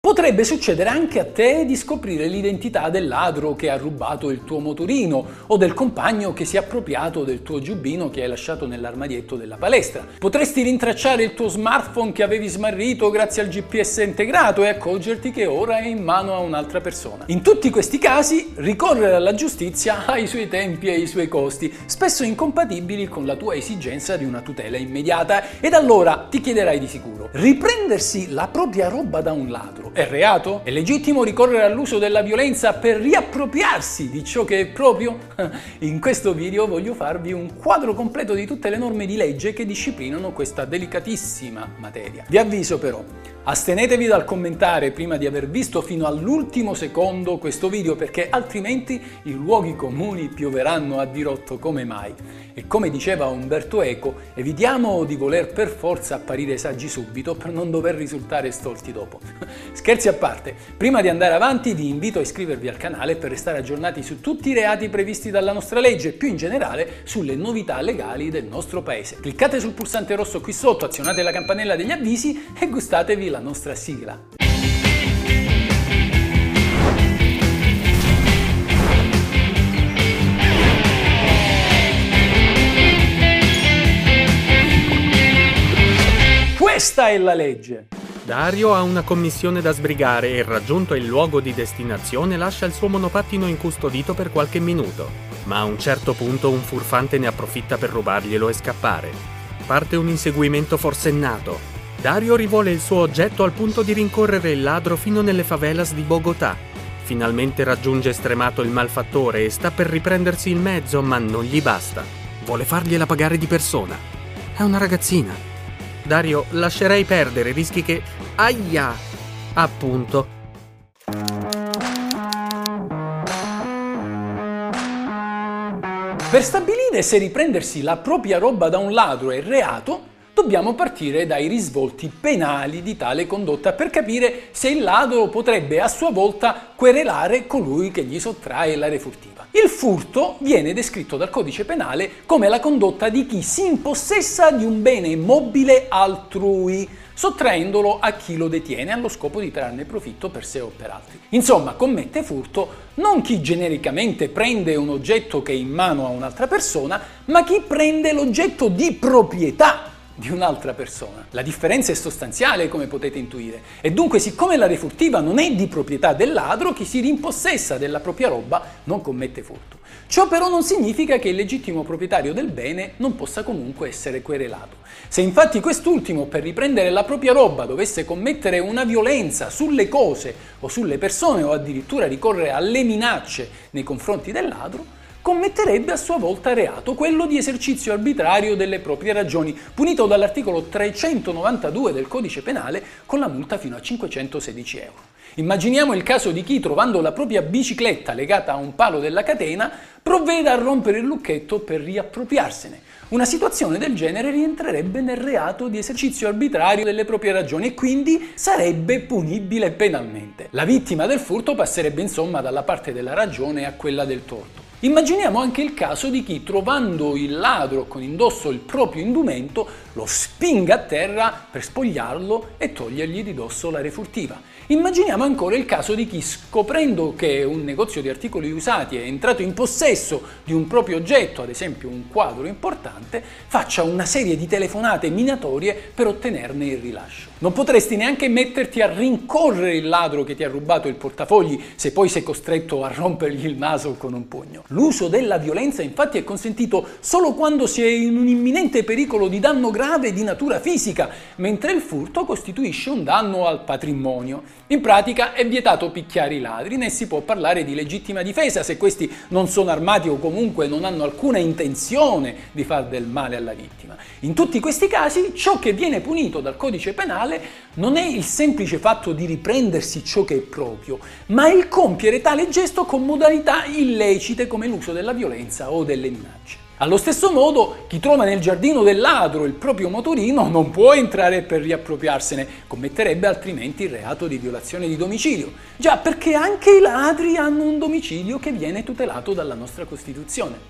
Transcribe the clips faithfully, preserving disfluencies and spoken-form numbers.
Potrebbe succedere anche a te di scoprire l'identità del ladro che ha rubato il tuo motorino o del compagno che si è appropriato del tuo giubbino che hai lasciato nell'armadietto della palestra. Potresti rintracciare il tuo smartphone che avevi smarrito grazie al G P S integrato e accorgerti che ora è in mano a un'altra persona. In tutti questi casi, ricorrere alla giustizia ha i suoi tempi e i suoi costi, spesso incompatibili con la tua esigenza di una tutela immediata, ed allora ti chiederai di sicuro: riprendersi la propria roba da un ladro è reato? È legittimo ricorrere all'uso della violenza per riappropriarsi di ciò che è proprio? In questo video voglio farvi un quadro completo di tutte le norme di legge che disciplinano questa delicatissima materia. Vi avviso però: astenetevi dal commentare prima di aver visto fino all'ultimo secondo questo video, perché altrimenti i luoghi comuni pioveranno a dirotto come mai. E come diceva Umberto Eco, evitiamo di voler per forza apparire saggi subito per non dover risultare stolti dopo. Scherzi a parte, prima di andare avanti vi invito a iscrivervi al canale per restare aggiornati su tutti i reati previsti dalla nostra legge e più in generale sulle novità legali del nostro paese. Cliccate sul pulsante rosso qui sotto, azionate la campanella degli avvisi e gustatevi la nostra sigla. Questa è la legge! Dario ha una commissione da sbrigare e, raggiunto il luogo di destinazione, lascia il suo monopattino incustodito per qualche minuto. Ma a un certo punto un furfante ne approfitta per rubarglielo e scappare. Parte un inseguimento forsennato. Dario rivuole il suo oggetto al punto di rincorrere il ladro fino nelle favelas di Bogotà. Finalmente raggiunge stremato il malfattore e sta per riprendersi il mezzo, ma non gli basta. Vuole fargliela pagare di persona. È una ragazzina. Dario, lascerei perdere, rischi che... Aia! Appunto. Per stabilire se riprendersi la propria roba da un ladro è reato, dobbiamo partire dai risvolti penali di tale condotta per capire se il ladro potrebbe a sua volta querelare colui che gli sottrae la refurtiva. Il furto viene descritto dal codice penale come la condotta di chi si impossessa di un bene mobile altrui, sottraendolo a chi lo detiene allo scopo di trarne profitto per sé o per altri. Insomma, commette furto non chi genericamente prende un oggetto che è in mano a un'altra persona, ma chi prende l'oggetto di proprietà di un'altra persona. La differenza è sostanziale, come potete intuire, e dunque, siccome la refurtiva non è di proprietà del ladro, chi si rimpossessa della propria roba non commette furto. Ciò però non significa che il legittimo proprietario del bene non possa comunque essere querelato. Se infatti quest'ultimo, per riprendere la propria roba, dovesse commettere una violenza sulle cose o sulle persone o addirittura ricorrere alle minacce nei confronti del ladro, commetterebbe a sua volta reato, quello di esercizio arbitrario delle proprie ragioni, punito dall'articolo trecentonovantadue del codice penale con la multa fino a cinquecentosedici euro. Immaginiamo il caso di chi, trovando la propria bicicletta legata a un palo della catena, provveda a rompere il lucchetto per riappropriarsene. Una situazione del genere rientrerebbe nel reato di esercizio arbitrario delle proprie ragioni e quindi sarebbe punibile penalmente. La vittima del furto passerebbe insomma dalla parte della ragione a quella del torto. Immaginiamo anche il caso di chi, trovando il ladro con indosso il proprio indumento, lo spinga a terra per spogliarlo e togliergli di dosso la refurtiva. Immaginiamo ancora il caso di chi, scoprendo che un negozio di articoli usati è entrato in possesso di un proprio oggetto, ad esempio un quadro importante, faccia una serie di telefonate minatorie per ottenerne il rilascio. Non potresti neanche metterti a rincorrere il ladro che ti ha rubato il portafogli se poi sei costretto a rompergli il naso con un pugno. L'uso della violenza infatti è consentito solo quando si è in un imminente pericolo di danno grave di natura fisica, mentre il furto costituisce un danno al patrimonio. In pratica è vietato picchiare i ladri, né si può parlare di legittima difesa se questi non sono armati o comunque non hanno alcuna intenzione di far del male alla vittima. In tutti questi casi ciò che viene punito dal codice penale non è il semplice fatto di riprendersi ciò che è proprio, ma il compiere tale gesto con modalità illecite come l'uso della violenza o delle minacce. Allo stesso modo, chi trova nel giardino del ladro il proprio motorino non può entrare per riappropriarsene, commetterebbe altrimenti il reato di violazione di domicilio. Già, perché anche i ladri hanno un domicilio che viene tutelato dalla nostra Costituzione.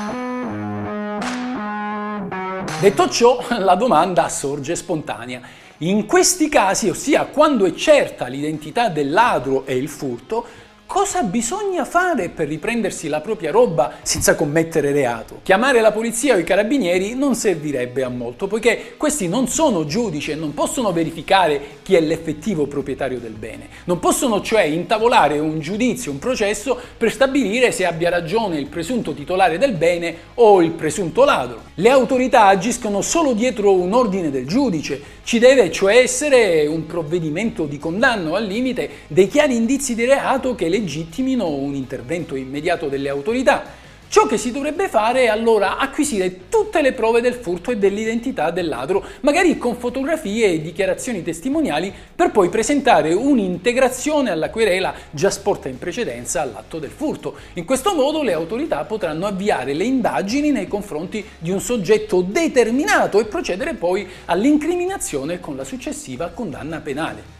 Detto ciò, la domanda sorge spontanea. In questi casi, ossia quando è certa l'identità del ladro e il furto, cosa bisogna fare per riprendersi la propria roba senza commettere reato? Chiamare la polizia o i carabinieri non servirebbe a molto, poiché questi non sono giudici e non possono verificare chi è l'effettivo proprietario del bene. Non possono cioè intavolare un giudizio, un processo per stabilire se abbia ragione il presunto titolare del bene o il presunto ladro. Le autorità agiscono solo dietro un ordine del giudice. Ci deve cioè essere un provvedimento di condanna o al limite dei chiari indizi di reato che legittimino un intervento immediato delle autorità. Ciò che si dovrebbe fare è allora acquisire tutte le prove del furto e dell'identità del ladro, magari con fotografie e dichiarazioni testimoniali, per poi presentare un'integrazione alla querela già sporta in precedenza all'atto del furto. In questo modo le autorità potranno avviare le indagini nei confronti di un soggetto determinato e procedere poi all'incriminazione con la successiva condanna penale.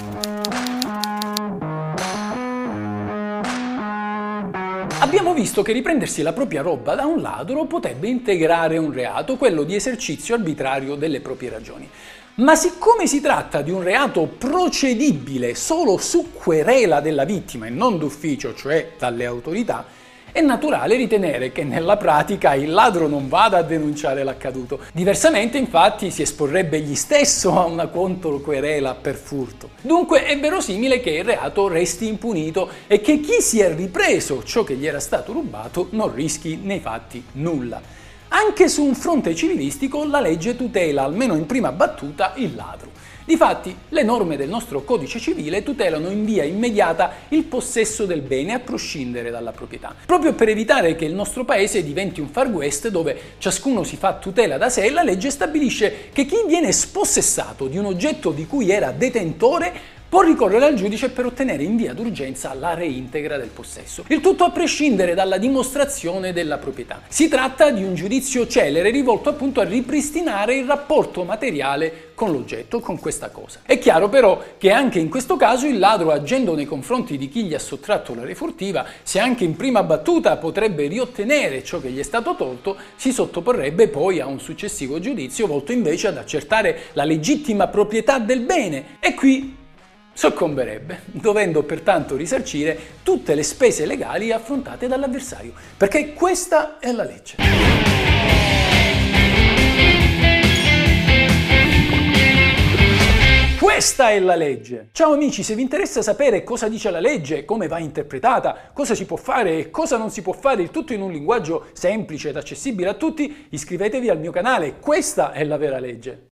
Abbiamo visto che riprendersi la propria roba da un ladro potrebbe integrare un reato, quello di esercizio arbitrario delle proprie ragioni. Ma siccome si tratta di un reato procedibile solo su querela della vittima e non d'ufficio, cioè dalle autorità, è naturale ritenere che nella pratica il ladro non vada a denunciare l'accaduto. Diversamente, infatti, si esporrebbe egli stesso a una controquerela per furto. Dunque è verosimile che il reato resti impunito e che chi si è ripreso ciò che gli era stato rubato non rischi nei fatti nulla. Anche su un fronte civilistico la legge tutela, almeno in prima battuta, il ladro. Difatti, le norme del nostro codice civile tutelano in via immediata il possesso del bene a prescindere dalla proprietà. Proprio per evitare che il nostro paese diventi un Far West dove ciascuno si fa tutela da sé, la legge stabilisce che chi viene spossessato di un oggetto di cui era detentore può ricorrere al giudice per ottenere in via d'urgenza la reintegra del possesso. Il tutto a prescindere dalla dimostrazione della proprietà. Si tratta di un giudizio celere rivolto appunto a ripristinare il rapporto materiale con l'oggetto, con questa cosa. È chiaro però che anche in questo caso il ladro, agendo nei confronti di chi gli ha sottratto la refurtiva, se anche in prima battuta potrebbe riottenere ciò che gli è stato tolto, si sottoporrebbe poi a un successivo giudizio volto invece ad accertare la legittima proprietà del bene. E qui soccomberebbe, dovendo pertanto risarcire tutte le spese legali affrontate dall'avversario, perché questa è la legge. Questa è la legge! Ciao amici, se vi interessa sapere cosa dice la legge, come va interpretata, cosa si può fare e cosa non si può fare, il tutto in un linguaggio semplice ed accessibile a tutti, iscrivetevi al mio canale, questa è la vera legge.